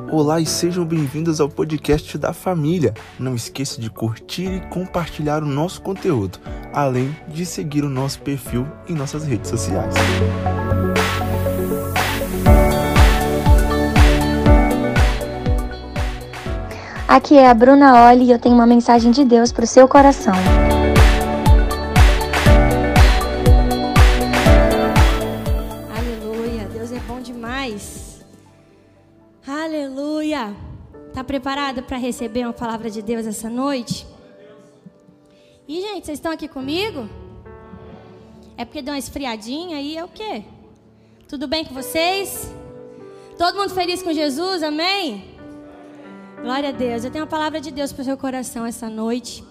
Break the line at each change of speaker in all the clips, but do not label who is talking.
Olá e sejam bem-vindos ao podcast da família. Não esqueça de curtir e compartilhar o nosso conteúdo, além de seguir o nosso perfil em nossas redes sociais.
Aqui é a Bruna Oli e eu tenho uma mensagem de Deus para o seu coração.
Aleluia, Deus é bom demais. Aleluia. Tá preparada para receber uma palavra de Deus essa noite? E gente, vocês estão aqui comigo? É porque deu uma esfriadinha aí, é o quê? Tudo bem com vocês? Todo mundo feliz com Jesus, amém? Glória a Deus. Eu tenho uma palavra de Deus para o seu coração essa noite.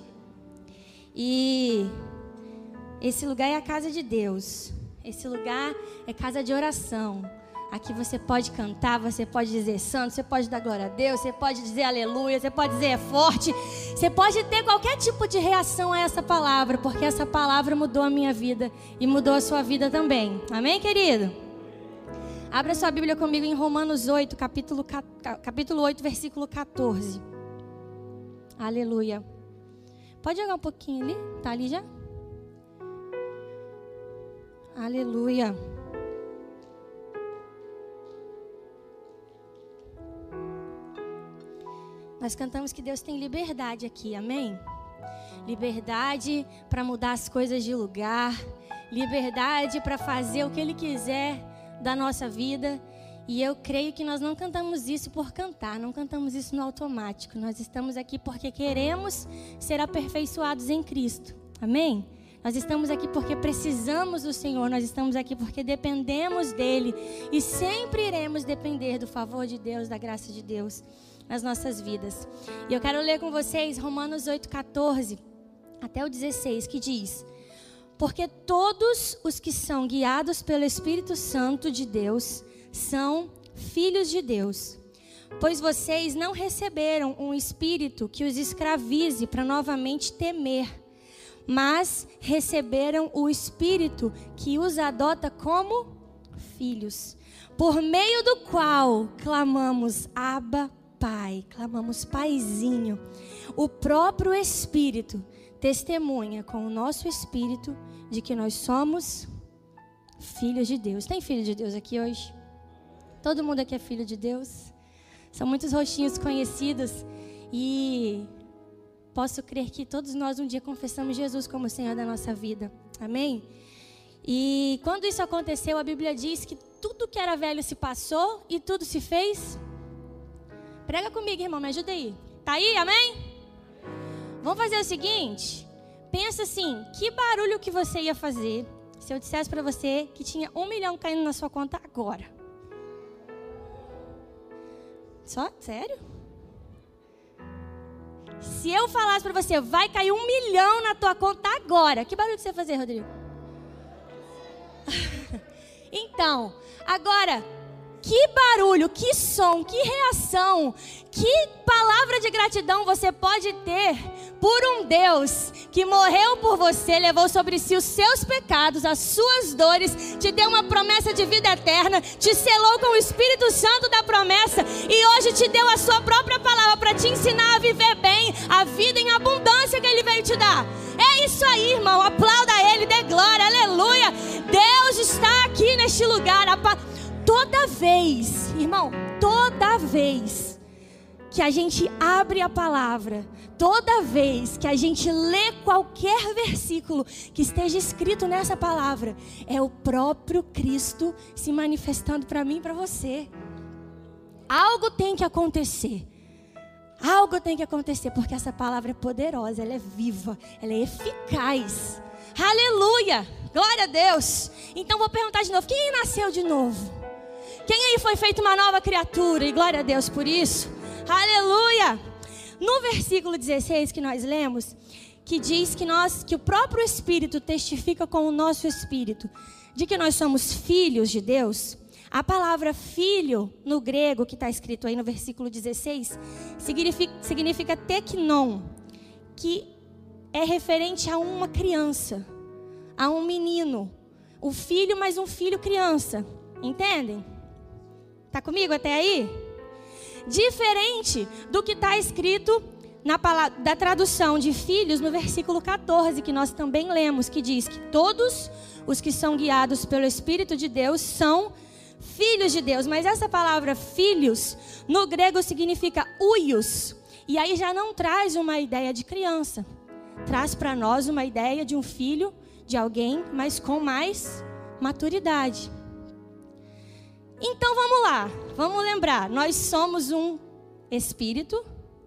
E esse lugar é a casa de Deus. Esse lugar é casa de oração. Aqui você pode cantar, você pode dizer santo, você pode dar glória a Deus, você pode dizer aleluia, você pode dizer é forte. Você pode ter qualquer tipo de reação a essa palavra, porque essa palavra mudou a minha vida e mudou a sua vida também. Amém, querido? Abra sua Bíblia comigo em Romanos 8, capítulo 8, versículo 14. Aleluia. Pode jogar um pouquinho ali? Tá ali já? Aleluia. Nós cantamos que Deus tem liberdade aqui, amém? Liberdade para mudar as coisas de lugar. Liberdade para fazer o que Ele quiser da nossa vida. E eu creio que nós não cantamos isso por cantar, não cantamos isso no automático. Nós estamos aqui porque queremos ser aperfeiçoados em Cristo, amém? Nós estamos aqui porque precisamos do Senhor, nós estamos aqui porque dependemos dEle e sempre iremos depender do favor de Deus, da graça de Deus nas nossas vidas. E eu quero ler com vocês Romanos 8, 14 até o 16, que diz: porque todos os que são guiados pelo Espírito Santo de Deus são filhos de Deus. Pois vocês não receberam um espírito que os escravize para novamente temer, mas receberam o Espírito que os adota como filhos, por meio do qual clamamos Abba, Pai, clamamos Paizinho. O próprio Espírito testemunha com o nosso espírito de que nós somos filhos de Deus. Tem filho de Deus aqui hoje? Todo mundo aqui é filho de Deus? São muitos rostinhos conhecidos e posso crer que todos nós um dia confessamos Jesus como Senhor da nossa vida. Amém? E quando isso aconteceu, a Bíblia diz que tudo que era velho se passou e tudo se fez. Prega comigo, irmão, me ajuda aí. Tá aí, amém? Vamos fazer o seguinte. Pensa assim, que barulho que você ia fazer se eu dissesse para você que tinha 1 milhão caindo na sua conta agora? Só? Sério? Se eu falasse para você, vai cair 1 milhão na tua conta agora, que barulho que você ia fazer, Rodrigo? Então, agora, que barulho, que som, que reação, que palavra de gratidão você pode ter por um Deus que morreu por você, levou sobre si os seus pecados, as suas dores, te deu uma promessa de vida eterna, te selou com o Espírito Santo da promessa e hoje te deu a sua própria palavra para te ensinar a viver bem, a vida em abundância que Ele veio te dar. É isso aí, irmão, aplauda Ele, dê glória, aleluia. Deus está aqui neste lugar. Toda vez, irmão, toda vez que a gente abre a palavra, toda vez que a gente lê qualquer versículo que esteja escrito nessa palavra, é o próprio Cristo se manifestando para mim e para você. Algo tem que acontecer. Algo tem que acontecer, porque essa palavra é poderosa, ela é viva, ela é eficaz. Aleluia! Glória a Deus! Então vou perguntar de novo, quem nasceu de novo? Quem aí foi feito uma nova criatura? E glória a Deus por isso. Aleluia! No versículo 16 que nós lemos, que diz que o próprio Espírito testifica com o nosso espírito de que nós somos filhos de Deus. A palavra filho, no grego, que está escrito aí no versículo 16, significa teknon, que é referente a uma criança, a um menino. O filho, mas um filho criança. Entendem? Tá comigo até aí? Diferente do que está escrito da tradução de filhos no versículo 14, que nós também lemos, que diz que todos os que são guiados pelo Espírito de Deus são filhos de Deus. Mas essa palavra filhos, no grego significa huios. E aí já não traz uma ideia de criança. Traz para nós uma ideia de um filho, de alguém, mas com mais maturidade. Então vamos lá, vamos lembrar. Nós somos um espírito,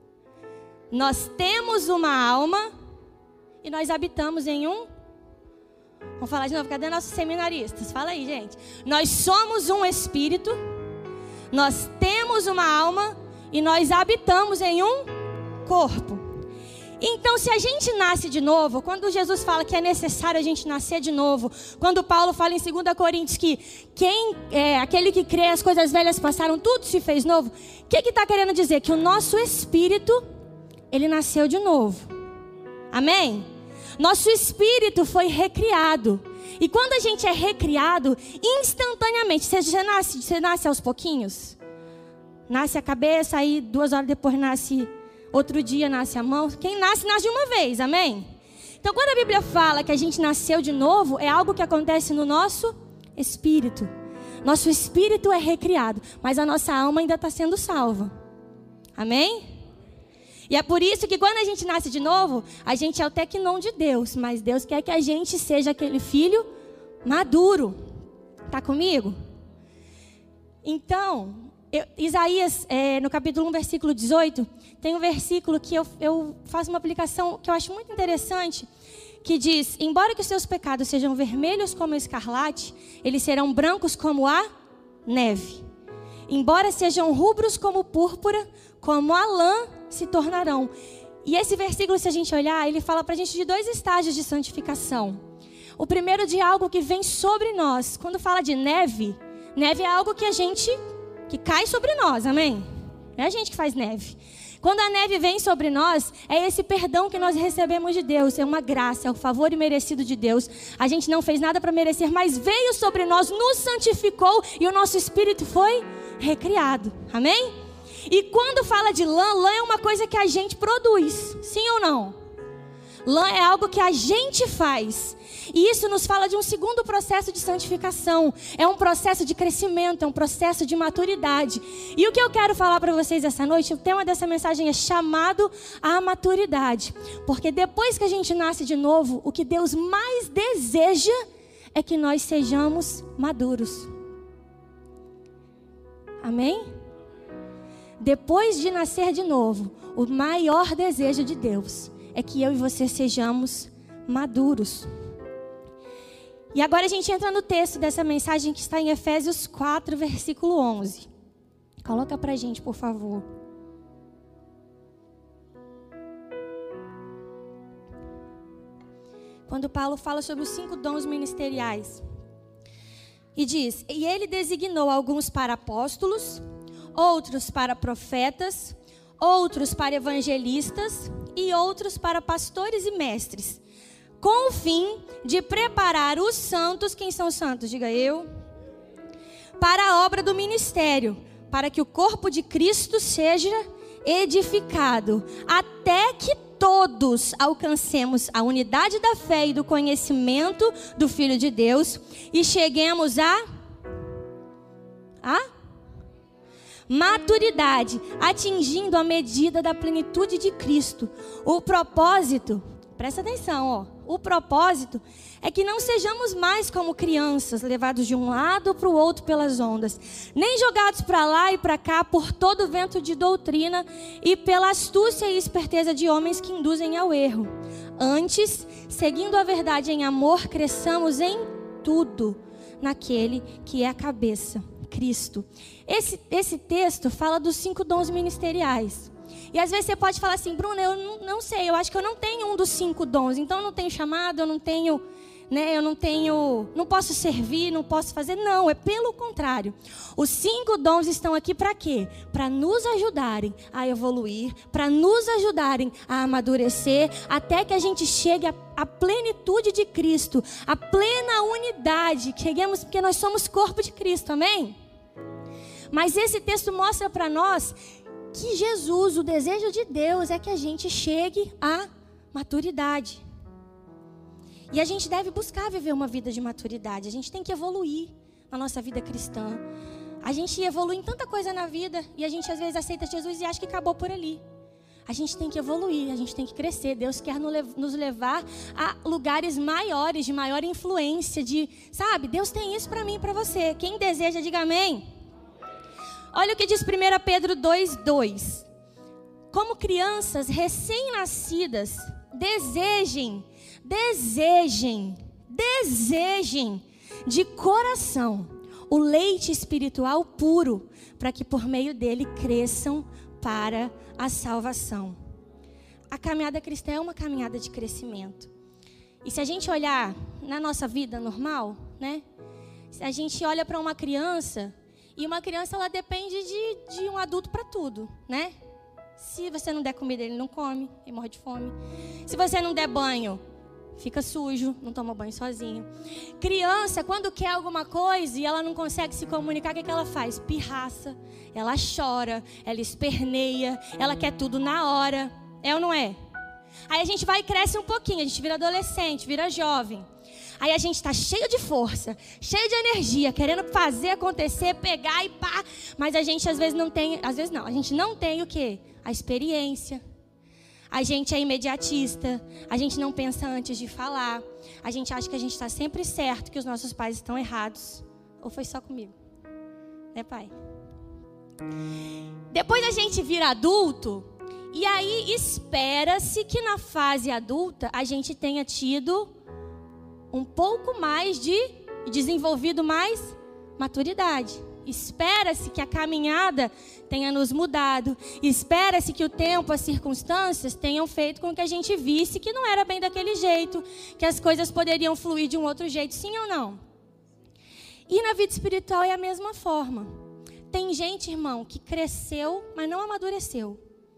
nós temos uma alma e nós habitamos em um... Vamos falar de novo, cadê nossos seminaristas? Fala aí, gente. Nós somos um espírito, nós temos uma alma e nós habitamos em um corpo. Então, se a gente nasce de novo, quando Jesus fala que é necessário a gente nascer de novo, quando Paulo fala em 2 Coríntios que aquele que crê, as coisas velhas passaram, tudo se fez novo, o que está querendo dizer? Que o nosso espírito, ele nasceu de novo. Amém? Nosso espírito foi recriado. E quando a gente é recriado, instantaneamente, você nasce aos pouquinhos? Nasce a cabeça, aí 2 horas depois nasce... Outro dia nasce a mão. Quem nasce, nasce de uma vez, amém? Então, quando a Bíblia fala que a gente nasceu de novo, é algo que acontece no nosso espírito. Nosso espírito é recriado, mas a nossa alma ainda está sendo salva. Amém? E é por isso que quando a gente nasce de novo, a gente é o tecnon de Deus, mas Deus quer que a gente seja aquele filho maduro. Está comigo? Então... Isaías, no capítulo 1, versículo 18, tem um versículo que eu faço uma aplicação que eu acho muito interessante, que diz: embora que os seus pecados sejam vermelhos como o escarlate, eles serão brancos como a neve. Embora sejam rubros como púrpura, como a lã se tornarão. E esse versículo, se a gente olhar, ele fala pra gente de 2 estágios de santificação. O primeiro de algo que vem sobre nós. Quando fala de neve, neve é algo que cai sobre nós, amém? É a gente que faz neve. Quando a neve vem sobre nós, é esse perdão que nós recebemos de Deus. É uma graça, é o favor imerecido de Deus. A gente não fez nada para merecer, mas veio sobre nós, nos santificou e o nosso espírito foi recriado, amém? E quando fala de lã, lã é uma coisa que a gente produz, sim ou não? Lã é algo que a gente faz. E isso nos fala de um segundo processo de santificação. É um processo de crescimento, é um processo de maturidade. E o que eu quero falar para vocês essa noite, o tema dessa mensagem é chamado à maturidade. Porque depois que a gente nasce de novo, o que Deus mais deseja é que nós sejamos maduros. Amém? Depois de nascer de novo, o maior desejo de Deus é que eu e você sejamos maduros. E agora a gente entra no texto dessa mensagem que está em Efésios 4, versículo 11. Coloca pra gente, por favor. Quando Paulo fala sobre os 5 dons ministeriais. E diz: e ele designou alguns para apóstolos, outros para profetas, outros para evangelistas e outros para pastores e mestres, com o fim de preparar os santos. Quem são os santos? Diga eu. Para a obra do ministério, para que o corpo de Cristo seja edificado, até que todos alcancemos a unidade da fé e do conhecimento do Filho de Deus e cheguemos a maturidade, atingindo a medida da plenitude de Cristo. O propósito, presta atenção, o propósito é que não sejamos mais como crianças, levados de um lado para o outro pelas ondas, nem jogados para lá e para cá por todo vento de doutrina e pela astúcia e esperteza de homens que induzem ao erro. Antes, seguindo a verdade em amor, cresçamos em tudo naquele que é a cabeça, Cristo. Esse texto fala dos 5 dons ministeriais. E às vezes você pode falar assim: Bruna, eu não sei, eu acho que eu não tenho um dos 5 dons. Então eu não tenho chamado, eu não tenho, não posso servir, não posso fazer. Não, é pelo contrário. Os 5 dons estão aqui para quê? Para nos ajudarem a evoluir, para nos ajudarem a amadurecer, até que a gente chegue à plenitude de Cristo, a plena unidade. Cheguemos, porque nós somos corpo de Cristo, amém? Mas esse texto mostra para nós que Jesus, o desejo de Deus é que a gente chegue à maturidade. E a gente deve buscar viver uma vida de maturidade. A gente tem que evoluir na nossa vida cristã. A gente evolui em tanta coisa na vida e a gente às vezes aceita Jesus e acha que acabou por ali. A gente tem que evoluir, a gente tem que crescer. Deus quer nos levar a lugares maiores, de maior influência, sabe? Deus tem isso para mim e para você. Quem deseja, diga amém. Olha o que diz 1 Pedro 2:2. Como crianças recém-nascidas, desejem de coração o leite espiritual puro, para que por meio dele cresçam para a salvação. A caminhada cristã é uma caminhada de crescimento. E se a gente olhar na nossa vida normal, né? Se a gente olha para uma criança, e uma criança ela depende de um adulto para tudo, né? Se você não der comida, ele não come, ele morre de fome. Se você não der banho, fica sujo, não toma banho sozinho. Criança, quando quer alguma coisa e ela não consegue se comunicar, o que ela faz? Pirraça, ela chora, ela esperneia, ela quer tudo na hora. É ou não é? Aí a gente vai e cresce um pouquinho, a gente vira adolescente, vira jovem. Aí a gente está cheio de força, cheio de energia, querendo fazer acontecer, pegar e pá. Mas a gente às vezes não tem, a gente não tem o quê? A experiência. A gente é imediatista, a gente não pensa antes de falar. A gente acha que a gente está sempre certo, que os nossos pais estão errados. Ou foi só comigo? Né, pai? Depois a gente vira adulto, e aí espera-se que na fase adulta a gente tenha tido um pouco mais de desenvolvido mais maturidade. Espera-se que a caminhada tenha nos mudado. Espera-se que o tempo, as circunstâncias tenham feito com que a gente visse que não era bem daquele jeito, que as coisas poderiam fluir de um outro jeito, sim ou não? E na vida espiritual é a mesma forma. Tem gente, irmão, que cresceu, mas não amadureceu.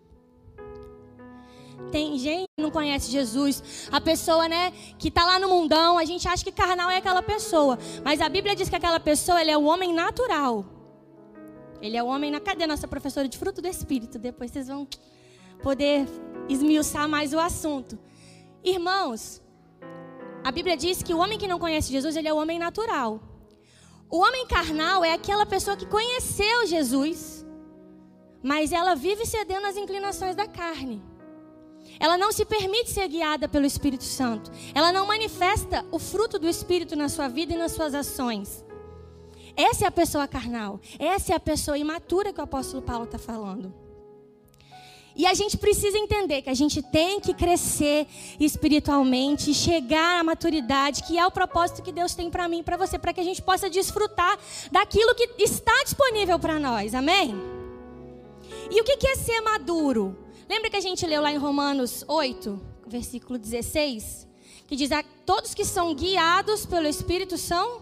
Tem gente que não conhece Jesus. A pessoa, né, que está lá no mundão, a gente acha que carnal é aquela pessoa. Mas a Bíblia diz que aquela pessoa, ele é o homem natural. Ele é o homem... Cadê a nossa professora de fruto do Espírito? Depois vocês vão poder esmiuçar mais o assunto. Irmãos, a Bíblia diz que o homem que não conhece Jesus, ele é o homem natural. O homem carnal é aquela pessoa que conheceu Jesus, mas ela vive cedendo às inclinações da carne. Ela não se permite ser guiada pelo Espírito Santo. Ela não manifesta o fruto do Espírito na sua vida e nas suas ações. Essa é a pessoa carnal. Essa é a pessoa imatura que o apóstolo Paulo está falando. E a gente precisa entender que a gente tem que crescer espiritualmente e chegar à maturidade, que é o propósito que Deus tem para mim e para você, para que a gente possa desfrutar daquilo que está disponível para nós. Amém? E o que é ser maduro? Lembra que a gente leu lá em Romanos 8, versículo 16? Que diz: todos que são guiados pelo Espírito são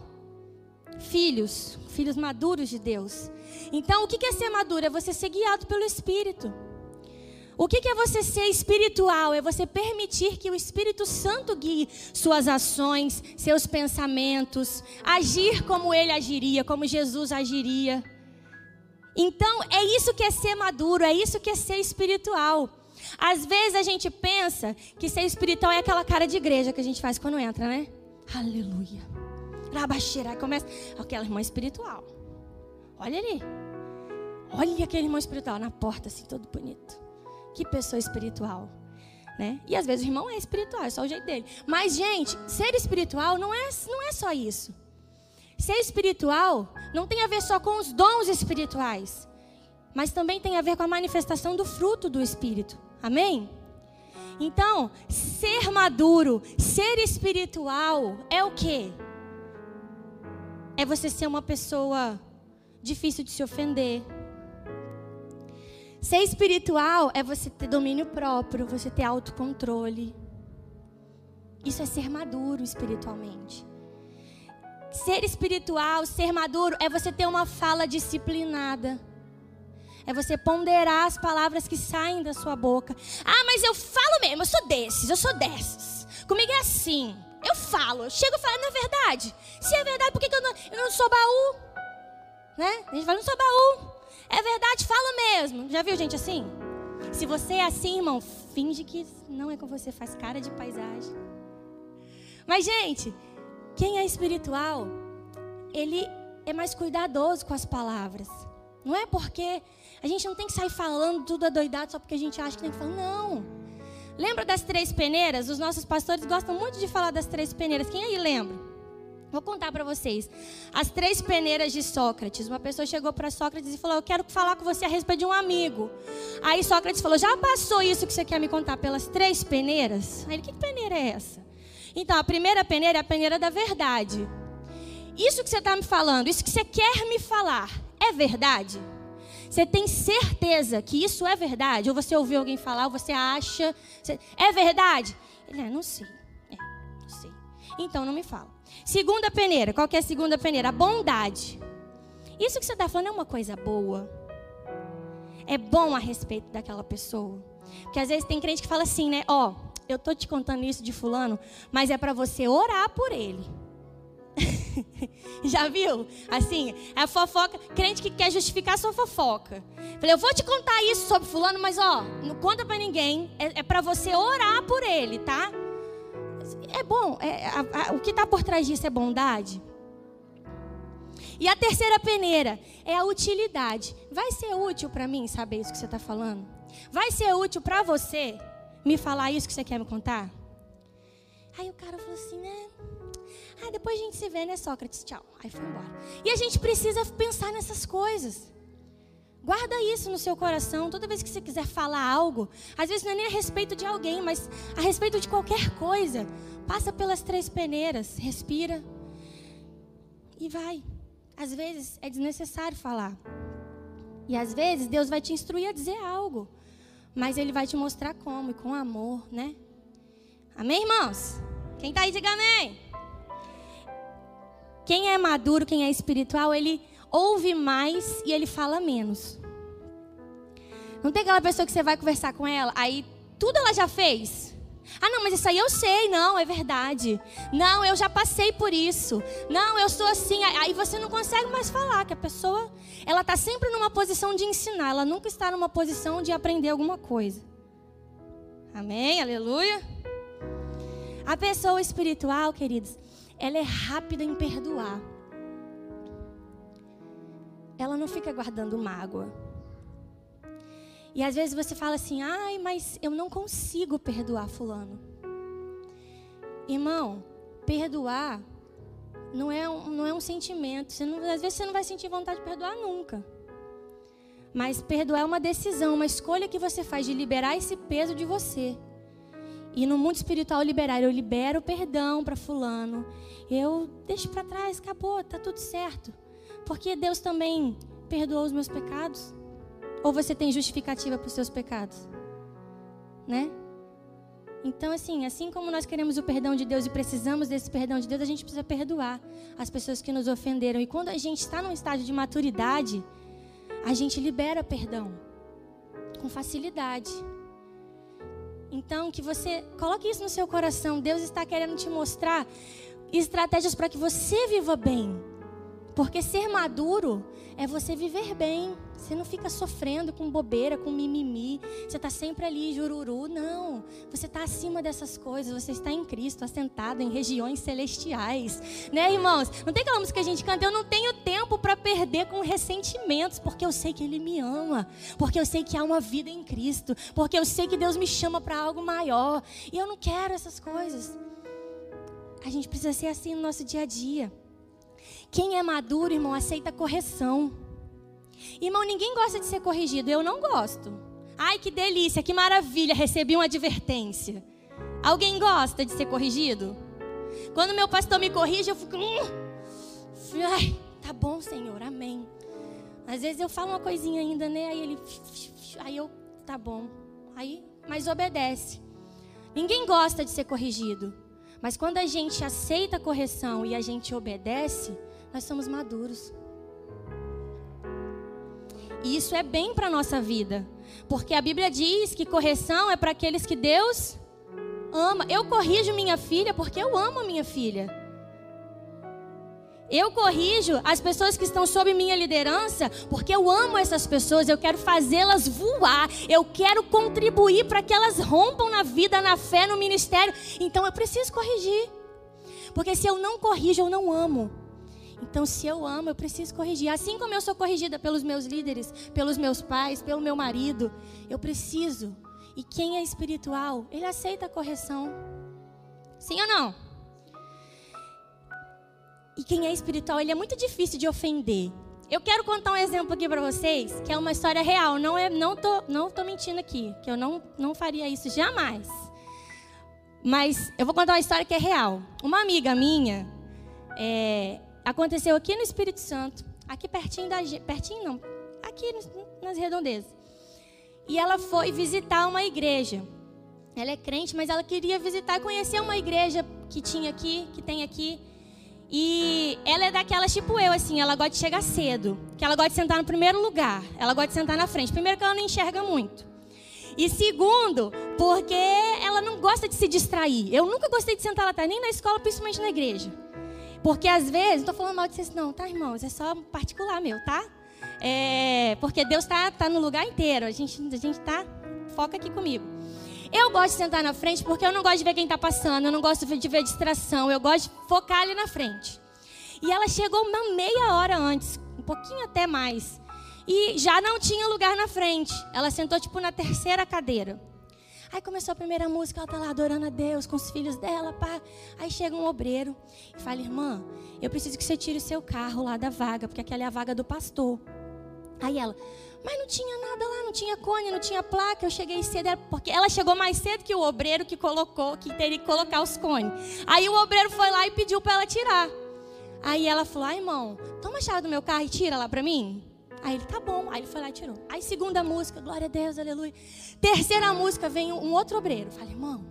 filhos maduros de Deus. Então, o que é ser maduro? É você ser guiado pelo Espírito. O que é você ser espiritual? É você permitir que o Espírito Santo guie suas ações, seus pensamentos, agir como Ele agiria, como Jesus agiria. Então, é isso que é ser maduro, é isso que é ser espiritual. Às vezes a gente pensa que ser espiritual é aquela cara de igreja que a gente faz quando entra, né? Aleluia. Rabaxeira, começa. Aquela irmã espiritual. Olha ali. Olha aquele irmão espiritual na porta, assim, todo bonito. Que pessoa espiritual, né? E às vezes o irmão é espiritual, é só o jeito dele. Mas, gente, ser espiritual não é só isso. Ser espiritual não tem a ver só com os dons espirituais, mas também tem a ver com a manifestação do fruto do Espírito. Amém? Então, ser maduro, ser espiritual é o quê? É você ser uma pessoa difícil de se ofender. Ser espiritual é você ter domínio próprio, você ter autocontrole. Isso é ser maduro espiritualmente. Ser espiritual, ser maduro, é você ter uma fala disciplinada. É você ponderar as palavras que saem da sua boca. Ah, mas eu falo mesmo, eu sou dessas. Comigo é assim, eu falo, eu chego e falo, não é verdade? Se é verdade, por que eu não sou baú? Né? A gente fala, não sou baú. É verdade, fala mesmo. Já viu gente assim? Se você é assim, irmão, finge que não é com você, faz cara de paisagem. Mas, gente, quem é espiritual, ele é mais cuidadoso com as palavras. Não é porque a gente não tem que sair falando tudo adoidado só porque a gente acha que tem que falar. Não. Lembra das 3 peneiras? Os nossos pastores gostam muito de falar das 3 peneiras. Quem aí lembra? Vou contar para vocês. As 3 peneiras de Sócrates. Uma pessoa chegou para Sócrates e falou: eu quero falar com você a respeito de um amigo. Aí Sócrates falou: já passou isso que você quer me contar pelas 3 peneiras? Aí ele: que peneira é essa? Então, a primeira peneira é a peneira da verdade. Isso que você está me falando, isso que você quer me falar, é verdade? Você tem certeza que isso é verdade? Ou você ouviu alguém falar, ou você acha... É verdade? Ele: não sei. Não sei. Então, não me fala. Segunda peneira. Qual que é a segunda peneira? A bondade. Isso que você está falando é uma coisa boa? É bom a respeito daquela pessoa? Porque às vezes tem crente que fala assim, né? Ó, eu tô te contando isso de fulano, mas é para você orar por ele. Já viu? Assim, a fofoca, crente que quer justificar a sua fofoca. Falei: eu vou te contar isso sobre fulano, mas ó, não conta pra ninguém. É pra você orar por ele, tá? É bom, o que tá por trás disso é bondade. E a terceira peneira é a utilidade. Vai ser útil pra mim saber isso que você tá falando? Vai ser útil pra você me falar isso que você quer me contar? Aí o cara falou assim, né? Depois a gente se vê, né, Sócrates? Tchau. Aí foi embora. E a gente precisa pensar nessas coisas. Guarda isso no seu coração. Toda vez que você quiser falar algo, às vezes não é nem a respeito de alguém, mas a respeito de qualquer coisa, passa pelas 3 peneiras, respira e vai. Às vezes é desnecessário falar. E às vezes Deus vai te instruir a dizer algo, mas Ele vai te mostrar como, e com amor, né? Amém, irmãos? Quem está aí, diga amém. Quem é maduro, quem é espiritual, ele ouve mais e ele fala menos. Não tem aquela pessoa que você vai conversar com ela, aí tudo ela já fez. Não, mas isso aí eu sei. Não, é verdade. Não, eu já passei por isso. Não, eu sou assim. Aí você não consegue mais falar, que a pessoa, ela está sempre numa posição de ensinar, ela nunca está numa posição de aprender alguma coisa. Amém, aleluia. A pessoa espiritual, queridos, ela é rápida em perdoar. Ela não fica guardando mágoa. E às vezes você fala assim, mas eu não consigo perdoar fulano. Irmão, perdoar não é um sentimento. Às vezes você não vai sentir vontade de perdoar nunca. Mas perdoar é uma decisão, uma escolha que você faz de liberar esse peso de você. E no mundo espiritual eu libero o perdão para fulano. Eu deixo para trás, acabou, tá tudo certo. Porque Deus também perdoou os meus pecados? Ou você tem justificativa para os seus pecados? Né? Então assim como nós queremos o perdão de Deus e precisamos desse perdão de Deus, a gente precisa perdoar as pessoas que nos ofenderam. E quando a gente está num estágio de maturidade, a gente libera perdão com facilidade. Então, que você coloque isso no seu coração. Deus está querendo te mostrar estratégias para que você viva bem. Porque ser maduro é você viver bem. Você não fica sofrendo com bobeira, com mimimi. Você está sempre ali, jururu. Não, você está acima dessas coisas. Você está em Cristo, assentado em regiões celestiais. Né, irmãos? Não tem aquela música que a gente canta, eu não tenho tempo para perder com ressentimentos, porque eu sei que Ele me ama. Porque eu sei que há uma vida em Cristo. Porque eu sei que Deus me chama para algo maior. E eu não quero essas coisas. A gente precisa ser assim no nosso dia a dia. Quem é maduro, irmão, aceita correção. Irmão, ninguém gosta de ser corrigido. Eu não gosto. Ai, que delícia, que maravilha, recebi uma advertência. Alguém gosta de ser corrigido? Quando meu pastor me corrige, eu fico... Ai, tá bom, Senhor, amém. Às vezes eu falo uma coisinha ainda, né? Aí eu, tá bom. Mas obedece. Ninguém gosta de ser corrigido. Mas quando a gente aceita a correção e a gente obedece, nós somos maduros. E isso é bem para a nossa vida. Porque a Bíblia diz que correção é para aqueles que Deus ama. Eu corrijo minha filha porque eu amo a minha filha. Eu corrijo as pessoas que estão sob minha liderança porque eu amo essas pessoas, eu quero fazê-las voar, eu quero contribuir para que elas rompam na vida, na fé, no ministério. Então eu preciso corrigir. Porque se eu não corrijo, eu não amo. Então se eu amo, eu preciso corrigir. Assim como eu sou corrigida pelos meus líderes, pelos meus pais, pelo meu marido, eu preciso. E quem é espiritual, ele aceita a correção. Sim ou não? E quem é espiritual, ele é muito difícil de ofender. Eu quero contar um exemplo aqui para vocês, que é uma história real. Não tô mentindo aqui, que eu não faria isso jamais. Mas eu vou contar uma história que é real. Uma amiga minha, aconteceu aqui no Espírito Santo, aqui pertinho não, aqui nas redondezas. E ela foi visitar uma igreja. Ela é crente, mas ela queria visitar e conhecer uma igreja que tinha aqui, que tem aqui. E ela é daquelas tipo eu, assim, ela gosta de chegar cedo, que ela gosta de sentar no primeiro lugar, ela gosta de sentar na frente. Primeiro que ela não enxerga muito. E segundo, porque ela não gosta de se distrair. Eu nunca gostei de sentar lá atrás, nem na escola, principalmente na igreja. Porque às vezes, não estou falando mal de vocês não, tá, irmãos? É só particular meu, tá? Porque Deus tá no lugar inteiro. A gente tá, foca aqui comigo. Eu gosto de sentar na frente porque eu não gosto de ver quem está passando, eu não gosto de ver distração, eu gosto de focar ali na frente. E ela chegou uma meia hora antes, um pouquinho até mais. E já não tinha lugar na frente. Ela sentou tipo na terceira cadeira. Aí começou a primeira música, ela tá lá adorando a Deus com os filhos dela, pá. Aí chega um obreiro e fala: irmã, eu preciso que você tire o seu carro lá da vaga, porque aquela é a vaga do pastor. Aí ela: mas não tinha nada lá, não tinha cone, não tinha placa, eu cheguei cedo. Porque ela chegou mais cedo que o obreiro que teria que colocar os cones. Aí o obreiro foi lá e pediu para ela tirar. Aí ela falou: irmão, toma a chave do meu carro e tira lá para mim. Aí ele: tá bom. Aí ele foi lá e tirou. Aí segunda música, glória a Deus, aleluia. Terceira música, vem um outro obreiro. Fala: irmão,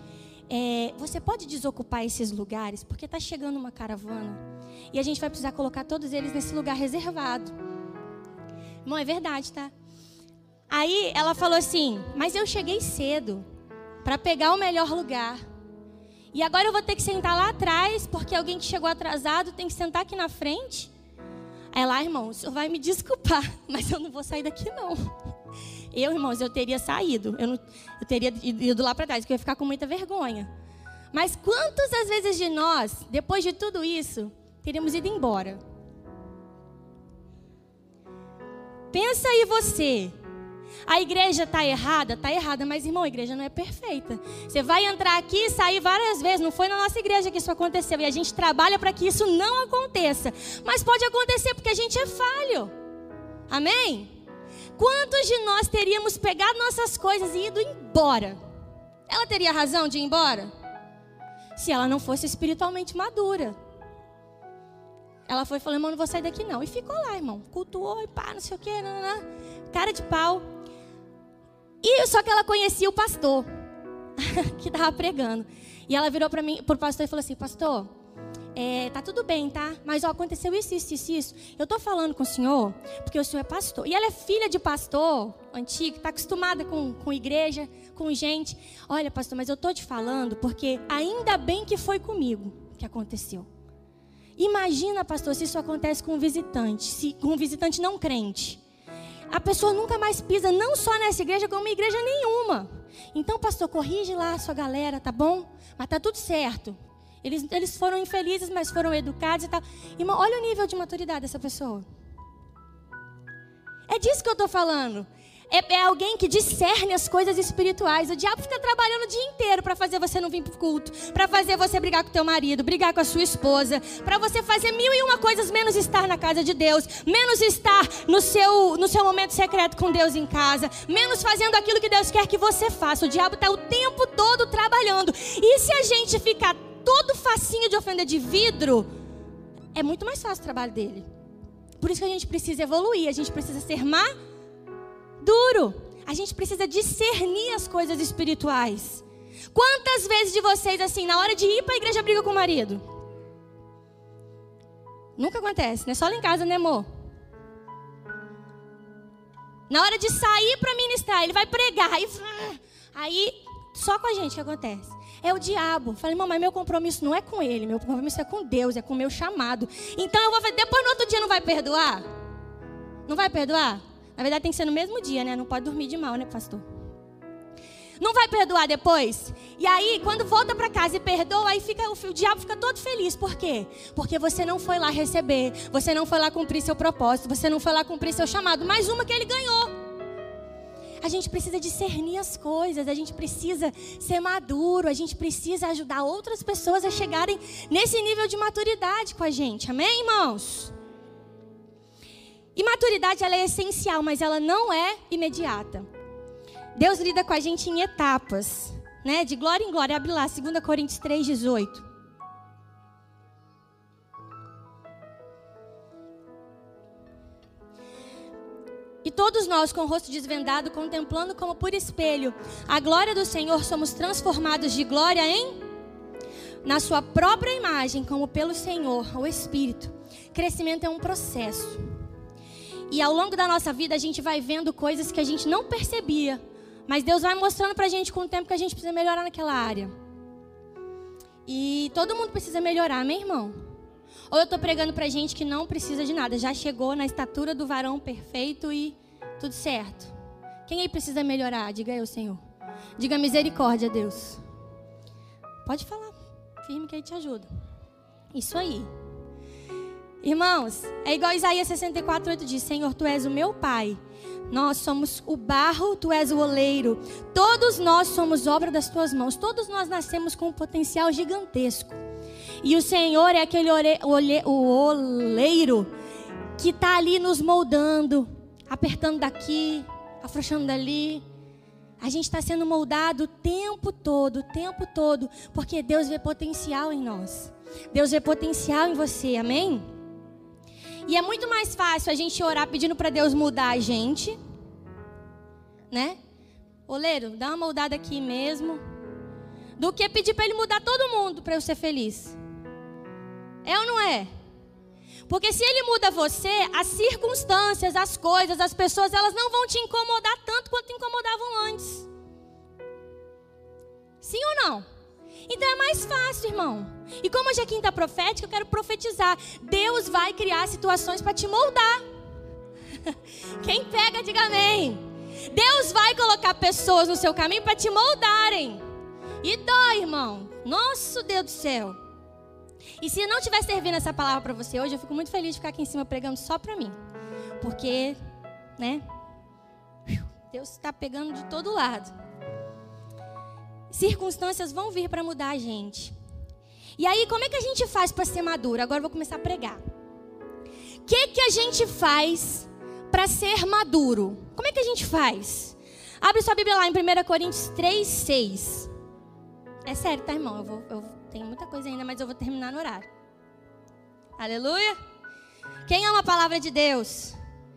você pode desocupar esses lugares? Porque tá chegando uma caravana. E a gente vai precisar colocar todos eles nesse lugar reservado. Irmão, é verdade, tá? Aí ela falou assim: mas eu cheguei cedo para pegar o melhor lugar. E agora eu vou ter que sentar lá atrás, porque alguém que chegou atrasado tem que sentar aqui na frente. Aí lá: irmão, o senhor vai me desculpar, mas eu não vou sair daqui não. Irmãos, eu teria saído. Eu teria ido lá para trás, porque eu ia ficar com muita vergonha. Mas quantas as vezes de nós, depois de tudo isso, teríamos ido embora? Pensa aí você. A igreja está errada? Está errada, mas irmão, a igreja não é perfeita. Você vai entrar aqui e sair várias vezes. Não foi na nossa igreja que isso aconteceu. E a gente trabalha para que isso não aconteça. Mas pode acontecer porque a gente é falho. Amém? Quantos de nós teríamos pegado nossas coisas e ido embora? Ela teria razão de ir embora? Se ela não fosse espiritualmente madura. Ela foi e falou: irmão, não vou sair daqui não. E ficou lá, irmão. Cultuou e pá, não sei o quê. Cara de pau. E só que ela conhecia o pastor que estava pregando. E ela virou para mim, pro pastor, e falou assim: pastor, tá tudo bem, tá? Mas aconteceu isso. Eu tô falando com o senhor porque o senhor é pastor. E ela é filha de pastor antigo, está acostumada com igreja, com gente. Olha, pastor, mas eu tô te falando porque ainda bem que foi comigo que aconteceu. Imagina, pastor, se isso acontece com um visitante, com um visitante não crente. A pessoa nunca mais pisa, não só nessa igreja, como em igreja nenhuma. Então, pastor, corrige lá a sua galera, tá bom? Mas tá tudo certo. Eles foram infelizes, mas foram educados e tal. Irmão, olha o nível de maturidade dessa pessoa. É disso que eu estou falando. É alguém que discerne as coisas espirituais. O diabo fica trabalhando o dia inteiro para fazer você não vir para o culto, para fazer você brigar com o teu marido, brigar com a sua esposa, para você fazer 1001 coisas, menos estar na casa de Deus, menos estar no seu momento secreto com Deus em casa, menos fazendo aquilo que Deus quer que você faça. O diabo está o tempo todo trabalhando. E se a gente ficar todo facinho de ofender de vidro, é muito mais fácil o trabalho dele. Por isso que a gente precisa evoluir, a gente precisa ser maduro. A gente precisa discernir as coisas espirituais. Quantas vezes de vocês, assim, na hora de ir para a igreja, briga com o marido? Nunca acontece, não é só lá em casa, né, amor? Na hora de sair para ministrar, ele vai pregar, aí só com a gente que acontece. É o diabo. Falei, irmão, mas meu compromisso não é com ele. Meu compromisso é com Deus, é com o meu chamado. Então eu vou fazer. Depois no outro dia não vai perdoar? Não vai perdoar? Na verdade tem que ser no mesmo dia, né? Não pode dormir de mal, né, pastor? Não vai perdoar depois? E aí, quando volta para casa e perdoa, aí o diabo fica todo feliz. Por quê? Porque você não foi lá receber. Você não foi lá cumprir seu propósito. Você não foi lá cumprir seu chamado. Mais uma que ele ganhou. A gente precisa discernir as coisas. A gente precisa ser maduro. A gente precisa ajudar outras pessoas a chegarem nesse nível de maturidade com a gente. Amém, irmãos? E maturidade, ela é essencial, mas ela não é imediata. Deus lida com a gente em etapas, né? De glória em glória. Abre lá, 2 Coríntios 3:18. E todos nós, com o rosto desvendado, contemplando como por espelho a glória do Senhor, somos transformados de glória na sua própria imagem, como pelo Senhor, o Espírito. Crescimento é um processo. E ao longo da nossa vida, a gente vai vendo coisas que a gente não percebia. Mas Deus vai mostrando pra gente com o tempo que a gente precisa melhorar naquela área. E todo mundo precisa melhorar, amém, irmão? Ou eu tô pregando pra gente que não precisa de nada. Já chegou na estatura do varão perfeito e tudo certo. Quem aí precisa melhorar? Diga eu, Senhor. Diga misericórdia, Deus. Pode falar. Firme que aí te ajuda. Isso aí. Irmãos, é igual Isaías 64:8 diz: Senhor, Tu és o meu Pai. Nós somos o barro, Tu és o oleiro. Todos nós somos obra das Tuas mãos. Todos nós nascemos com um potencial gigantesco. E o Senhor é aquele oleiro que está ali nos moldando, apertando daqui, afrouxando dali. A gente está sendo moldado o tempo todo, porque Deus vê potencial em nós. Deus vê potencial em você, amém? E é muito mais fácil a gente orar pedindo para Deus mudar a gente, né? Oleiro, dá uma moldada aqui mesmo, do que pedir para Ele mudar todo mundo para eu ser feliz. É ou não é? Porque se Ele muda você, as circunstâncias, as coisas, as pessoas, elas não vão te incomodar tanto quanto te incomodavam antes. Sim ou não? Então é mais fácil, irmão. E como hoje é quinta profética, eu quero profetizar. Deus vai criar situações para te moldar. Quem pega, diga amém. Deus vai colocar pessoas no seu caminho para te moldarem. E dói, irmão. Nosso Deus do céu. E se não estiver servindo essa palavra para você hoje, eu fico muito feliz de ficar aqui em cima pregando só para mim. Porque, né? Deus está pegando de todo lado. Circunstâncias vão vir para mudar a gente. E aí, como é que a gente faz para ser maduro? Agora eu vou começar a pregar. O que a gente faz para ser maduro? Como é que a gente faz? Abre sua Bíblia lá em 1 Coríntios 3:6. É sério, tá, irmão? Eu tenho muita coisa ainda, mas eu vou terminar no horário. Aleluia. Quem ama a palavra de Deus?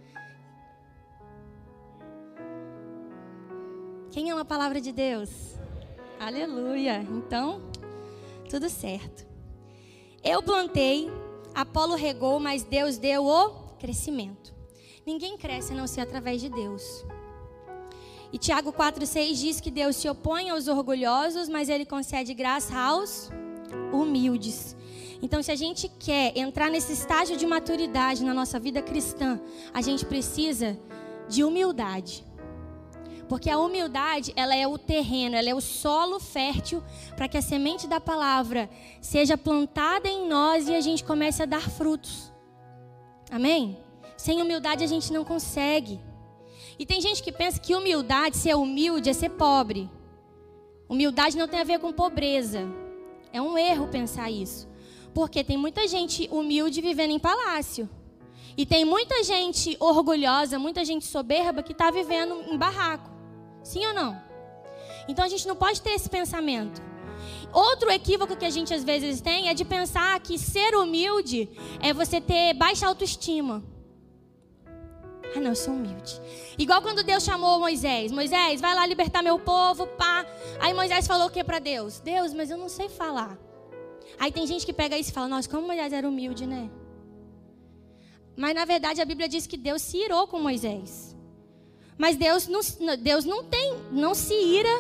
Quem ama a palavra de Deus? Aleluia. Então, tudo certo. Eu plantei, Apolo regou, mas Deus deu o crescimento. Ninguém cresce a não ser através de Deus. E Tiago 4,6 diz que Deus se opõe aos orgulhosos, mas Ele concede graça aos humildes. Então, se a gente quer entrar nesse estágio de maturidade na nossa vida cristã, a gente precisa de humildade. Porque a humildade, ela é o terreno, ela é o solo fértil para que a semente da palavra seja plantada em nós e a gente comece a dar frutos. Amém? Sem humildade a gente não consegue. E tem gente que pensa que humildade, ser humilde, é ser pobre. Humildade não tem a ver com pobreza. É um erro pensar isso. Porque tem muita gente humilde vivendo em palácio. E tem muita gente orgulhosa, muita gente soberba que está vivendo em barraco. Sim ou não? Então a gente não pode ter esse pensamento. Outro equívoco que a gente às vezes tem é de pensar que ser humilde é você ter baixa autoestima. Ah, não, eu sou humilde. Igual quando Deus chamou Moisés. Moisés, vai lá libertar meu povo, pá. Aí Moisés falou o que para Deus? Deus, mas eu não sei falar. Aí tem gente que pega isso e fala, nossa, como Moisés era humilde, né? Mas na verdade a Bíblia diz que Deus se irou com Moisés. Mas Deus não se ira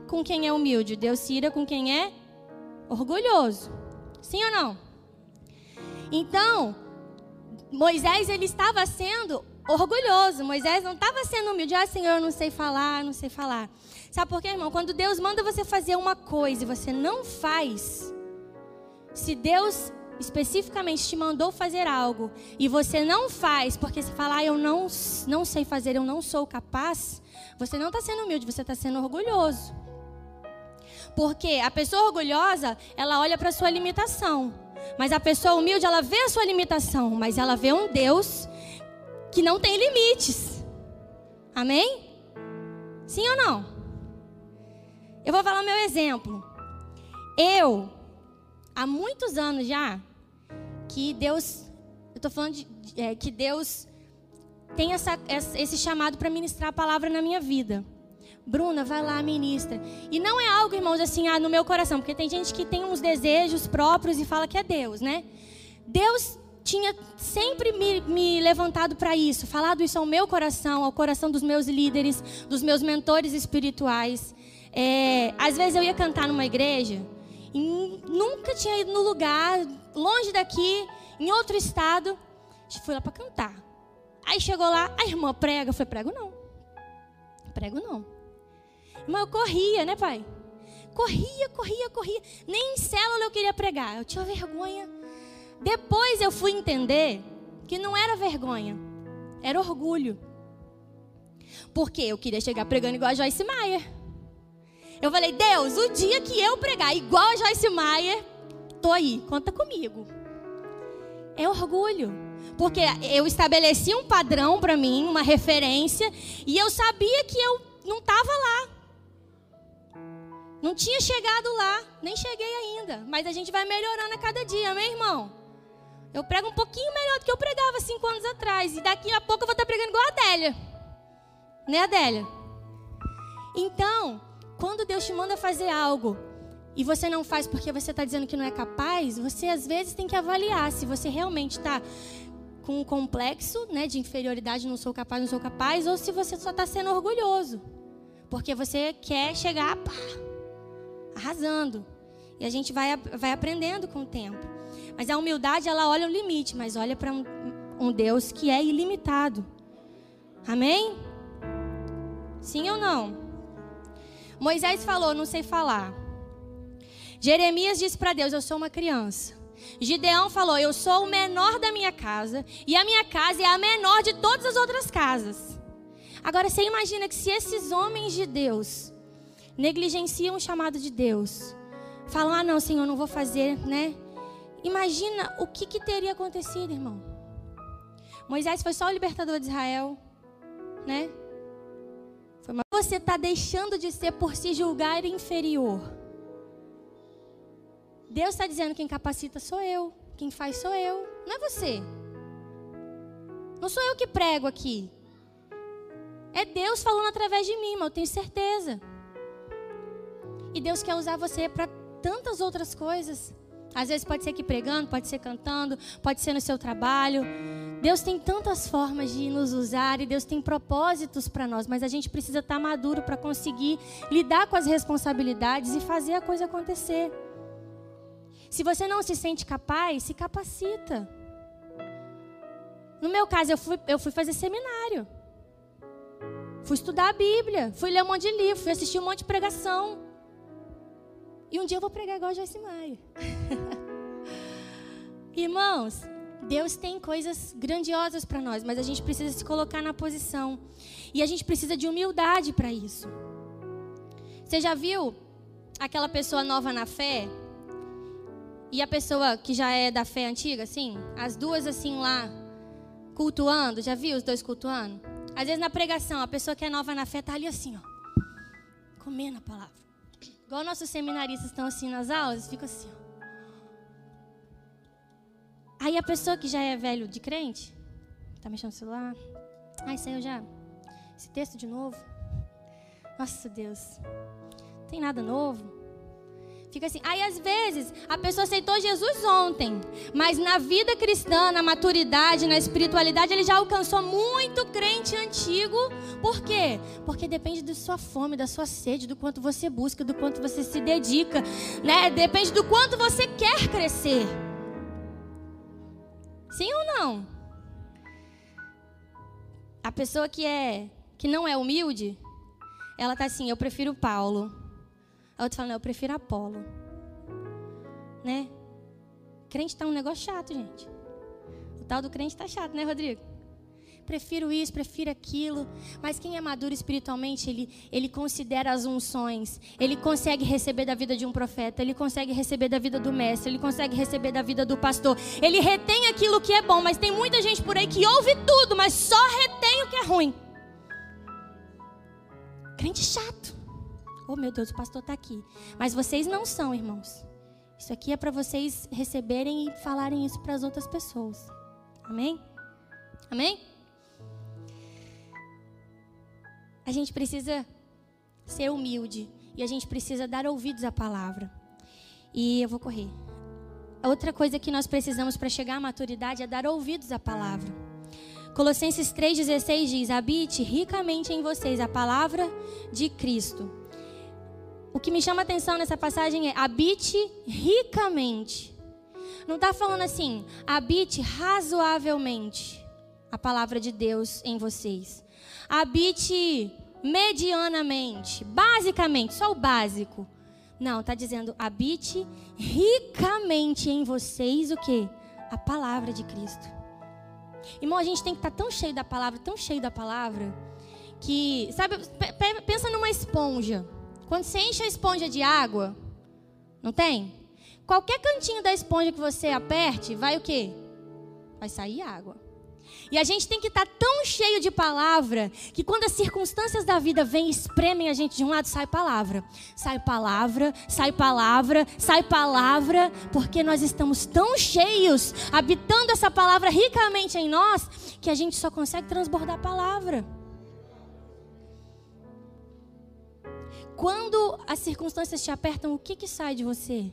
com quem é humilde. Deus se ira com quem é orgulhoso. Sim ou não? Então, Moisés, ele estava sendo orgulhoso. Moisés não estava sendo humilde. Ah, Senhor, eu não sei falar, não sei falar. Sabe por quê, irmão? Quando Deus manda você fazer uma coisa e você não faz, se Deus especificamente te mandou fazer algo e você não faz porque você fala, eu não sei fazer, eu não sou capaz, você não está sendo humilde, você está sendo orgulhoso. Porque a pessoa orgulhosa, ela olha para a sua limitação. Mas a pessoa humilde, ela vê a sua limitação, mas ela vê um Deus que não tem limites. Amém? Sim ou não? Eu vou falar o meu exemplo. Há muitos anos já, que Deus, eu estou falando que Deus tem esse chamado para ministrar a palavra na minha vida. Bruna, vai lá, ministra. E não é algo, irmãos, assim, no meu coração, porque tem gente que tem uns desejos próprios e fala que é Deus, né? Deus tinha sempre me levantado para isso, falado isso ao meu coração, ao coração dos meus líderes, dos meus mentores espirituais. Às vezes eu ia cantar numa igreja e nunca tinha ido no lugar, longe daqui, em outro estado. Fui lá para cantar. Aí chegou lá, a irmã prega. Eu falei, prego não. Irmã, eu corria, né, pai? Corria. Nem em célula eu queria pregar. Eu tinha vergonha. Depois eu fui entender que não era vergonha, era orgulho. Porque eu queria chegar pregando igual a Joyce Meyer. Eu falei, Deus, o dia que eu pregar igual a Joyce Meyer, tô aí, conta comigo. É orgulho. Porque eu estabeleci um padrão para mim, uma referência, e eu sabia que eu não estava lá. Não tinha chegado lá, nem cheguei ainda. Mas a gente vai melhorando a cada dia, amém, irmão? Eu prego um pouquinho melhor do que eu pregava 5 anos atrás. E daqui a pouco eu vou estar pregando igual a Adélia. Né, Adélia? Então, quando Deus te manda fazer algo e você não faz porque você está dizendo que não é capaz, você às vezes tem que avaliar se você realmente está com um complexo, né, de inferioridade, não sou capaz, ou se você só está sendo orgulhoso. Porque você quer chegar, arrasando. E a gente vai aprendendo com o tempo. Mas a humildade, ela olha o limite, mas olha para um Deus que é ilimitado. Amém? Sim ou não? Moisés falou, não sei falar. Jeremias disse para Deus, eu sou uma criança. Gideão falou, eu sou o menor da minha casa, e a minha casa é a menor de todas as outras casas. Agora, você imagina que se esses homens de Deus negligenciam o chamado de Deus, falam, não, Senhor, não vou fazer, né? Imagina o que teria acontecido, irmão. Moisés foi só o libertador de Israel, né? Você está deixando de ser por se julgar inferior. Deus está dizendo, quem capacita sou eu, quem faz sou eu, não é você. Não sou eu que prego aqui. É Deus falando através de mim, mas eu tenho certeza. E Deus quer usar você para tantas outras coisas. Às vezes pode ser aqui pregando, pode ser cantando, pode ser no seu trabalho. Deus tem tantas formas de nos usar e Deus tem propósitos para nós, mas a gente precisa estar maduro para conseguir lidar com as responsabilidades e fazer a coisa acontecer. Se você não se sente capaz, se capacita. No meu caso, eu fui fazer seminário. Fui estudar a Bíblia, fui ler um monte de livro, fui assistir um monte de pregação. E um dia eu vou pregar igual a Joyce Meyer. Irmãos, Deus tem coisas grandiosas para nós, mas a gente precisa se colocar na posição. E a gente precisa de humildade para isso. Você já viu aquela pessoa nova na fé? E a pessoa que já é da fé antiga, assim? As duas assim lá, cultuando. Já viu os dois cultuando? Às vezes na pregação, a pessoa que é nova na fé está ali assim, ó, comendo a palavra. Igual nossos seminaristas estão assim nas aulas, fica assim, ó. Aí a pessoa que já é velho de crente, tá mexendo no celular. Ai, saiu já. Esse texto de novo. Nossa, Deus. Não tem nada novo. Fica assim. Aí, às vezes, a pessoa aceitou Jesus ontem, mas na vida cristã, na maturidade, na espiritualidade, ele já alcançou muito crente antigo. Por quê? Porque depende da sua fome, da sua sede, do quanto você busca, do quanto você se dedica, né? Depende do quanto você quer crescer. Sim ou não? A pessoa que não é humilde, ela tá assim, eu prefiro Paulo. A outra fala, não, eu prefiro Apolo. Né? Crente tá um negócio chato, gente. O tal do crente tá chato, né, Rodrigo? Prefiro isso, prefiro aquilo. Mas quem é maduro espiritualmente, ele considera as unções. Ele consegue receber da vida de um profeta. Ele consegue receber da vida do mestre. Ele consegue receber da vida do pastor. Ele retém aquilo que é bom. Mas tem muita gente por aí que ouve tudo, mas só retém o que é ruim. Crente chato. Oh, meu Deus, o pastor está aqui. Mas vocês não são, irmãos. Isso aqui é para vocês receberem e falarem isso para as outras pessoas. Amém? Amém? A gente precisa ser humilde. E a gente precisa dar ouvidos à palavra. E eu vou correr. Outra coisa que nós precisamos para chegar à maturidade é dar ouvidos à palavra. Colossenses 3,16 diz: habite ricamente em vocês a palavra de Cristo. O que me chama a atenção nessa passagem é habite ricamente. Não está falando assim, habite razoavelmente a palavra de Deus em vocês. Habite medianamente, basicamente, só o básico. Não, está dizendo habite ricamente em vocês o quê? A palavra de Cristo. Irmão, a gente tem que estar tão cheio da palavra, que, sabe, pensa numa esponja. Quando você enche a esponja de água, não tem? Qualquer cantinho da esponja que você aperte, vai o quê? Vai sair água. E a gente tem que estar tão cheio de palavra, que quando as circunstâncias da vida vêm e espremem a gente de um lado, sai palavra. Sai palavra, sai palavra, sai palavra, porque nós estamos tão cheios, habitando essa palavra ricamente em nós, que a gente só consegue transbordar a palavra. Quando as circunstâncias te apertam, o que sai de você?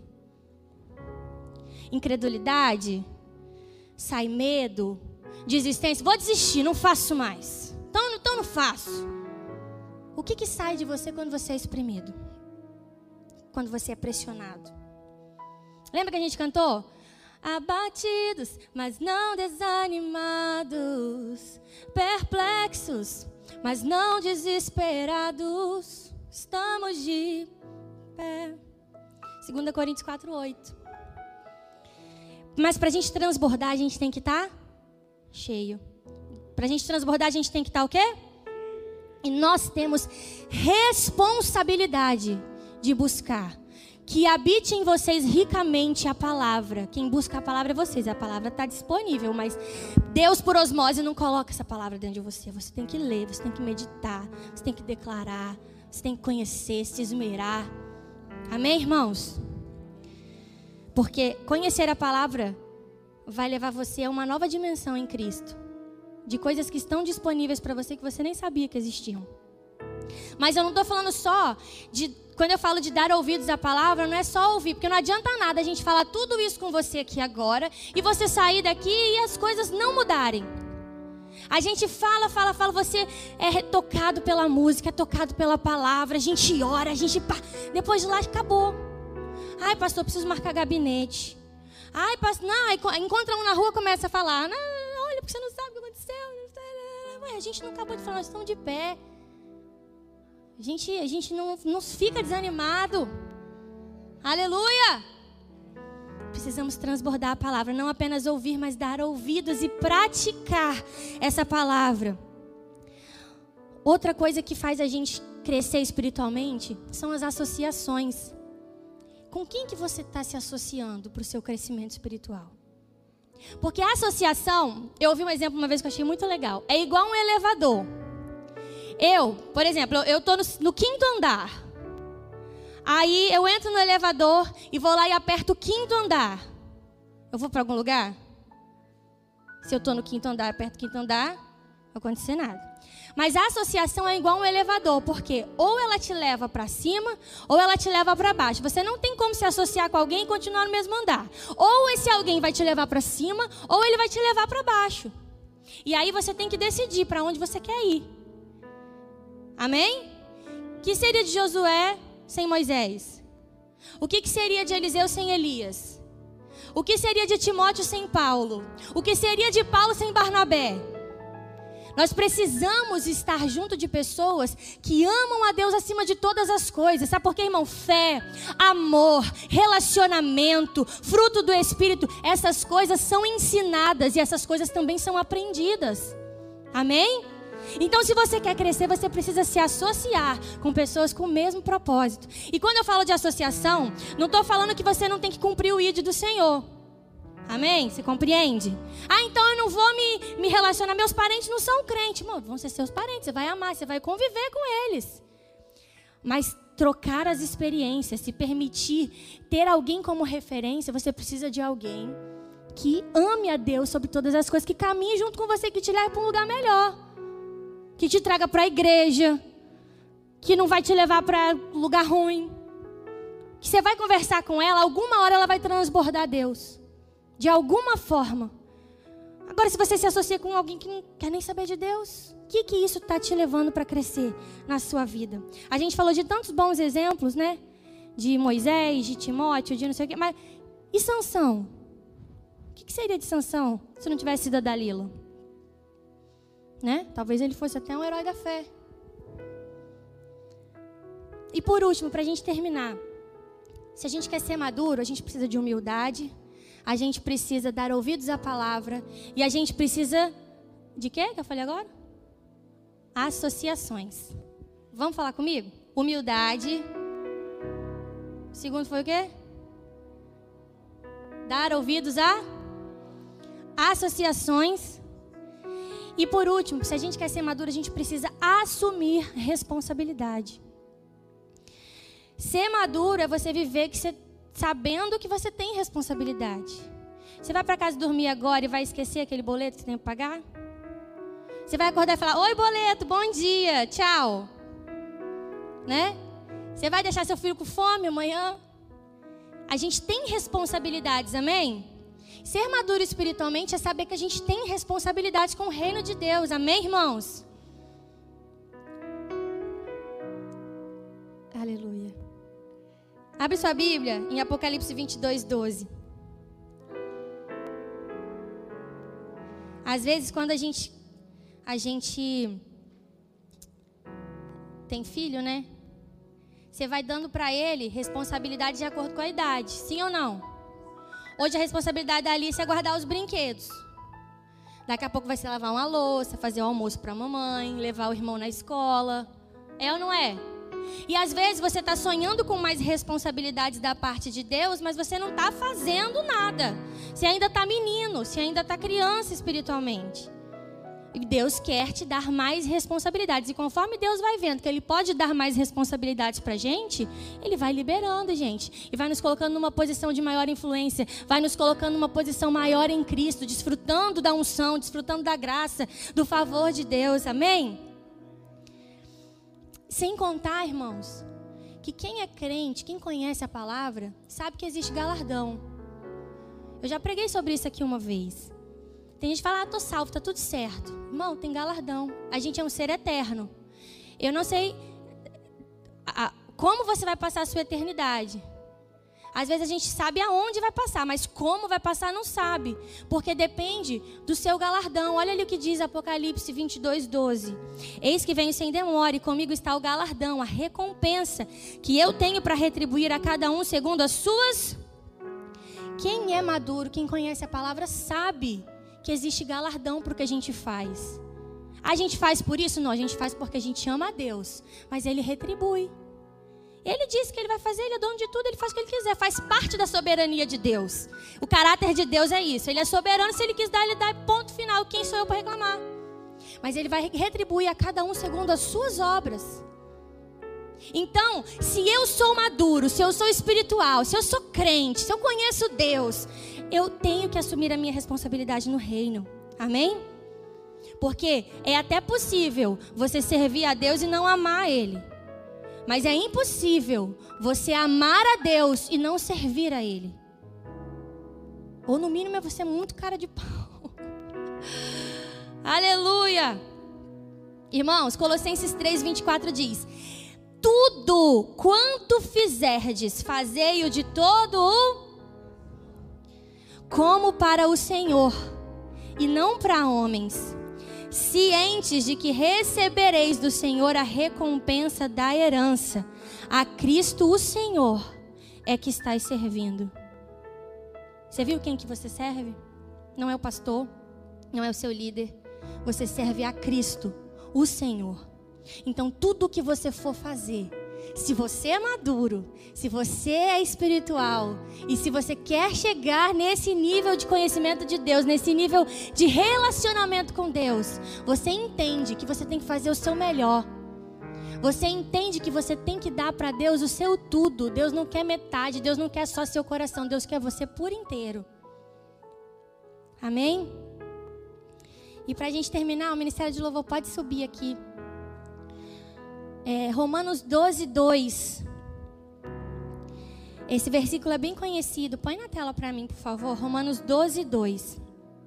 Incredulidade? Sai medo? Desistência? Vou desistir, não faço mais. Então não faço. O que sai de você quando você é espremido? Quando você é pressionado? Lembra que a gente cantou? Abatidos, mas não desanimados. Perplexos, mas não desesperados. Estamos de pé. 2 Coríntios 4:8. Mas para a gente transbordar, a gente tem que estar cheio. Para a gente transbordar, a gente tem que estar o quê? E nós temos responsabilidade de buscar. Que habite em vocês ricamente a palavra. Quem busca a palavra é vocês. A palavra está disponível, mas Deus por osmose não coloca essa palavra dentro de você. Você tem que ler, você tem que meditar, você tem que declarar. Você tem que conhecer, se esmerar. Amém, irmãos? Porque conhecer a palavra vai levar você a uma nova dimensão em Cristo. De coisas que estão disponíveis para você que você nem sabia que existiam. Mas eu não estou falando só de... Quando eu falo de dar ouvidos à palavra, não é só ouvir. Porque não adianta nada a gente falar tudo isso com você aqui agora e você sair daqui e as coisas não mudarem. A gente fala, você é tocado pela música, é tocado pela palavra, a gente ora, a gente... Depois de lá, acabou. Ai, pastor, preciso marcar gabinete. Ai, pastor, não, aí encontra um na rua, começa a falar. Não, olha, porque você não sabe o que aconteceu. Ué, a gente não acabou de falar, nós estamos de pé. A gente não fica desanimado. Aleluia! Precisamos transbordar a palavra, não apenas ouvir, mas dar ouvidos e praticar essa palavra. Outra coisa que faz a gente crescer espiritualmente são as associações. Com quem que você está se associando para o seu crescimento espiritual? Porque a associação, eu ouvi um exemplo uma vez que eu achei muito legal. É igual um elevador. Por exemplo, eu estou no 5º andar. Aí eu entro no elevador e vou lá e aperto o 5º andar. Eu vou para algum lugar? Se eu estou no 5º andar, aperto o 5º andar, acontecer nada. Mas a associação é igual um elevador, porque ou ela te leva para cima, ou ela te leva para baixo. Você não tem como se associar com alguém e continuar no mesmo andar. Ou esse alguém vai te levar para cima, ou ele vai te levar para baixo. E aí você tem que decidir para onde você quer ir. Amém? O que seria de Josué sem Moisés? O que seria de Eliseu sem Elias? O que seria de Timóteo sem Paulo? O que seria de Paulo sem Barnabé? Nós precisamos estar junto de pessoas que amam a Deus acima de todas as coisas. Sabe por quê, irmão? Fé, amor, relacionamento, fruto do Espírito. Essas coisas são ensinadas e essas coisas também são aprendidas. Amém? Então, se você quer crescer, você precisa se associar com pessoas com o mesmo propósito. E quando eu falo de associação, não estou falando que você não tem que cumprir o ID do Senhor. Amém? Você compreende? Então eu não vou me relacionar. Meus parentes não são crentes. Irmão, vão ser seus parentes. Você vai amar, você vai conviver com eles. Mas trocar as experiências, se permitir ter alguém como referência, você precisa de alguém que ame a Deus sobre todas as coisas, que caminhe junto com você, que te leve para um lugar melhor, que te traga para a igreja, que não vai te levar para lugar ruim, que você vai conversar com ela, alguma hora ela vai transbordar Deus, de alguma forma. Agora, se você se associa com alguém que não quer nem saber de Deus, o que isso está te levando para crescer na sua vida? A gente falou de tantos bons exemplos, né? De Moisés, de Timóteo, de não sei o quê. Mas e Sansão? O que seria de Sansão se não tivesse sido a Dalila? Né? Talvez ele fosse até um herói da fé. E por último, para a gente terminar, se a gente quer ser maduro, a gente precisa de humildade, a gente precisa dar ouvidos à palavra e a gente precisa de quê que eu falei agora? Associações. Vamos falar comigo? Humildade. O segundo foi o quê? Dar ouvidos a associações. E por último, se a gente quer ser maduro, a gente precisa assumir responsabilidade. Ser maduro é você viver sabendo que você tem responsabilidade. Você vai para casa dormir agora e vai esquecer aquele boleto que você tem que pagar? Você vai acordar e falar: oi, boleto, bom dia, tchau. Né? Você vai deixar seu filho com fome amanhã? A gente tem responsabilidades, amém? Ser maduro espiritualmente é saber que a gente tem responsabilidades com o reino de Deus, amém, irmãos? Aleluia. Abre sua Bíblia em Apocalipse 22:12. Às vezes, quando a gente tem filho, né? Você vai dando para ele responsabilidade de acordo com a idade, sim ou não? Hoje a responsabilidade da Alice é guardar os brinquedos. Daqui a pouco vai ser lavar uma louça, fazer o almoço para a mamãe, levar o irmão na escola. É ou não é? E às vezes você está sonhando com mais responsabilidades da parte de Deus, mas você não está fazendo nada. Você ainda está menino, você ainda está criança espiritualmente. E Deus quer te dar mais responsabilidades. E conforme Deus vai vendo que Ele pode dar mais responsabilidades para a gente, Ele vai liberando, gente. E vai nos colocando numa posição de maior influência. Vai nos colocando numa posição maior em Cristo. Desfrutando da unção, desfrutando da graça, do favor de Deus. Amém? Sem contar, irmãos, que quem é crente, quem conhece a palavra, sabe que existe galardão. Eu já preguei sobre isso aqui uma vez. Tem gente que fala: tô salvo, tá tudo certo. Irmão, tem galardão. A gente é um ser eterno. Eu não sei como você vai passar a sua eternidade. Às vezes a gente sabe aonde vai passar, mas como vai passar não sabe. Porque depende do seu galardão. Olha ali o que diz Apocalipse 22:12. Eis que venho sem demora e comigo está o galardão, a recompensa que eu tenho para retribuir a cada um segundo as suas. Quem é maduro, quem conhece a palavra, sabe que existe galardão para o que a gente faz. A gente faz por isso? Não, a gente faz porque a gente ama a Deus. Mas Ele retribui. Ele diz que Ele vai fazer, Ele é dono de tudo, Ele faz o que Ele quiser. Faz parte da soberania de Deus. O caráter de Deus é isso. Ele é soberano, se Ele quis dar, Ele dá, ponto final. Quem sou eu para reclamar? Mas Ele vai retribuir a cada um segundo as suas obras. Então, se eu sou maduro, se eu sou espiritual, se eu sou crente, se eu conheço Deus, eu tenho que assumir a minha responsabilidade no reino. Amém? Porque é até possível você servir a Deus e não amar Ele. Mas é impossível você amar a Deus e não servir a Ele. Ou no mínimo é você muito cara de pau. Aleluia! Irmãos, Colossenses 3:24 diz: tudo quanto fizerdes, fazei-o de todo como para o Senhor, e não para homens, cientes de que recebereis do Senhor a recompensa da herança. A Cristo o Senhor é que estáis servindo. Você viu quem que você serve? Não é o pastor, não é o seu líder. Você serve a Cristo, o Senhor. Então tudo que você for fazer, se você é maduro, se você é espiritual e se você quer chegar nesse nível de conhecimento de Deus, nesse nível de relacionamento com Deus, você entende que você tem que fazer o seu melhor. Você entende que você tem que dar para Deus o seu tudo. Deus não quer metade, Deus não quer só seu coração, Deus quer você por inteiro. Amém? E para a gente terminar, o Ministério de Louvor pode subir aqui. Romanos 12:2. Esse versículo é bem conhecido. Põe na tela para mim, por favor. Romanos 12:2.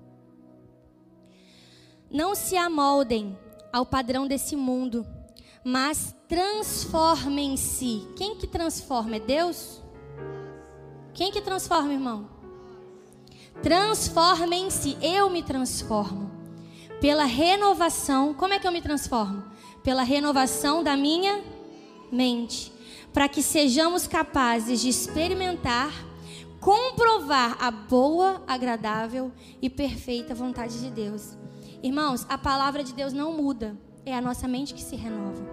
Não se amoldem ao padrão desse mundo, mas transformem-se. Quem que transforma? É Deus? Quem que transforma, irmão? Transformem-se. Eu me transformo pela renovação. Como é que eu me transformo? Pela renovação da minha mente, para que sejamos capazes de experimentar, comprovar a boa, agradável e perfeita vontade de Deus. Irmãos, a palavra de Deus não muda, é a nossa mente que se renova.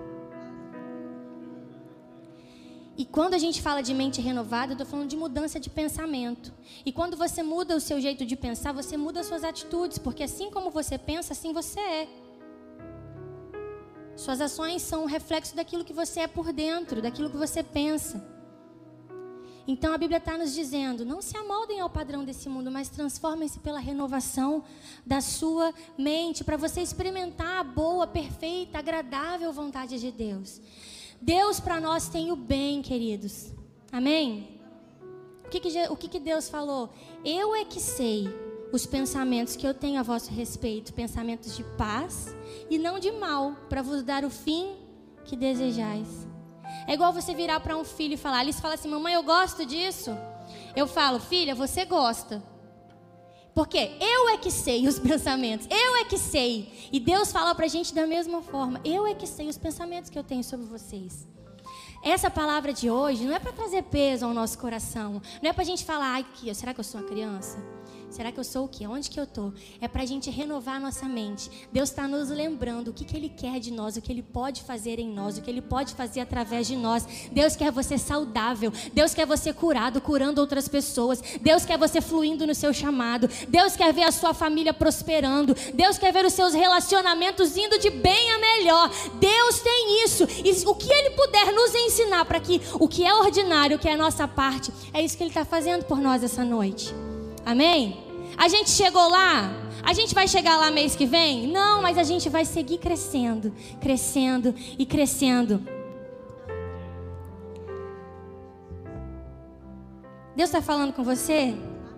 E quando a gente fala de mente renovada, eu estou falando de mudança de pensamento. E quando você muda o seu jeito de pensar, você muda as suas atitudes, porque assim como você pensa, assim você é. Suas ações são um reflexo daquilo que você é por dentro, daquilo que você pensa. Então a Bíblia está nos dizendo: não se amoldem ao padrão desse mundo, mas transformem-se pela renovação da sua mente, para você experimentar a boa, perfeita, agradável vontade de Deus. Deus para nós tem o bem, queridos. Amém? O que Deus falou? Eu é que sei os pensamentos que eu tenho a vosso respeito, pensamentos de paz e não de mal, para vos dar o fim que desejais. É igual você virar para um filho e falar, Alice fala assim: mamãe, eu gosto disso. Eu falo, filha, você gosta. Porque eu é que sei os pensamentos, eu é que sei. E Deus fala pra gente da mesma forma: eu é que sei os pensamentos que eu tenho sobre vocês. Essa palavra de hoje não é para trazer peso ao nosso coração. Não é pra gente falar, ai, será que eu sou uma criança? Será que eu sou o quê? Onde que eu estou? É para a gente renovar a nossa mente. Deus está nos lembrando o que Ele quer de nós, o que Ele pode fazer em nós, o que Ele pode fazer através de nós. Deus quer você saudável. Deus quer você curado, curando outras pessoas. Deus quer você fluindo no seu chamado. Deus quer ver a sua família prosperando. Deus quer ver os seus relacionamentos indo de bem a melhor. Deus tem isso. E o que Ele puder nos ensinar para que o que é ordinário, o que é a nossa parte, é isso que Ele está fazendo por nós essa noite. Amém? A gente chegou lá? A gente vai chegar lá mês que vem? Não, mas a gente vai seguir crescendo, crescendo e crescendo. Deus está falando com você?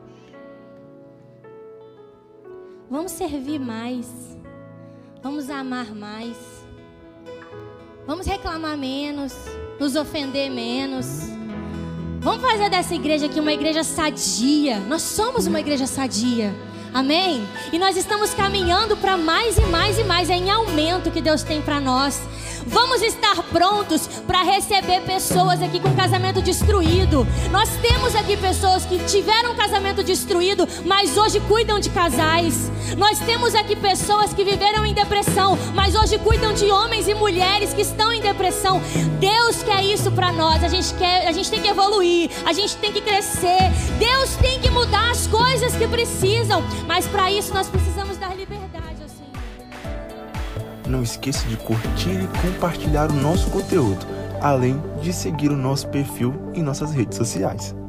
Vamos servir mais. Vamos amar mais. Vamos reclamar menos, nos ofender menos. Vamos fazer dessa igreja aqui uma igreja sadia. Nós somos uma igreja sadia. Amém? E nós estamos caminhando para mais e mais e mais. É em aumento que Deus tem para nós. Vamos estar prontos para receber pessoas aqui com casamento destruído. Nós temos aqui pessoas que tiveram um casamento destruído, mas hoje cuidam de casais. Nós temos aqui pessoas que viveram em depressão, mas hoje cuidam de homens e mulheres que estão em depressão. Deus quer isso para nós. A gente tem que evoluir, a gente tem que crescer. Deus tem que mudar as coisas que precisam, mas para isso nós precisamos dar liberdade ao Senhor.
Não esqueça de curtir e compartilhar o nosso conteúdo, além de seguir o nosso perfil em nossas redes sociais.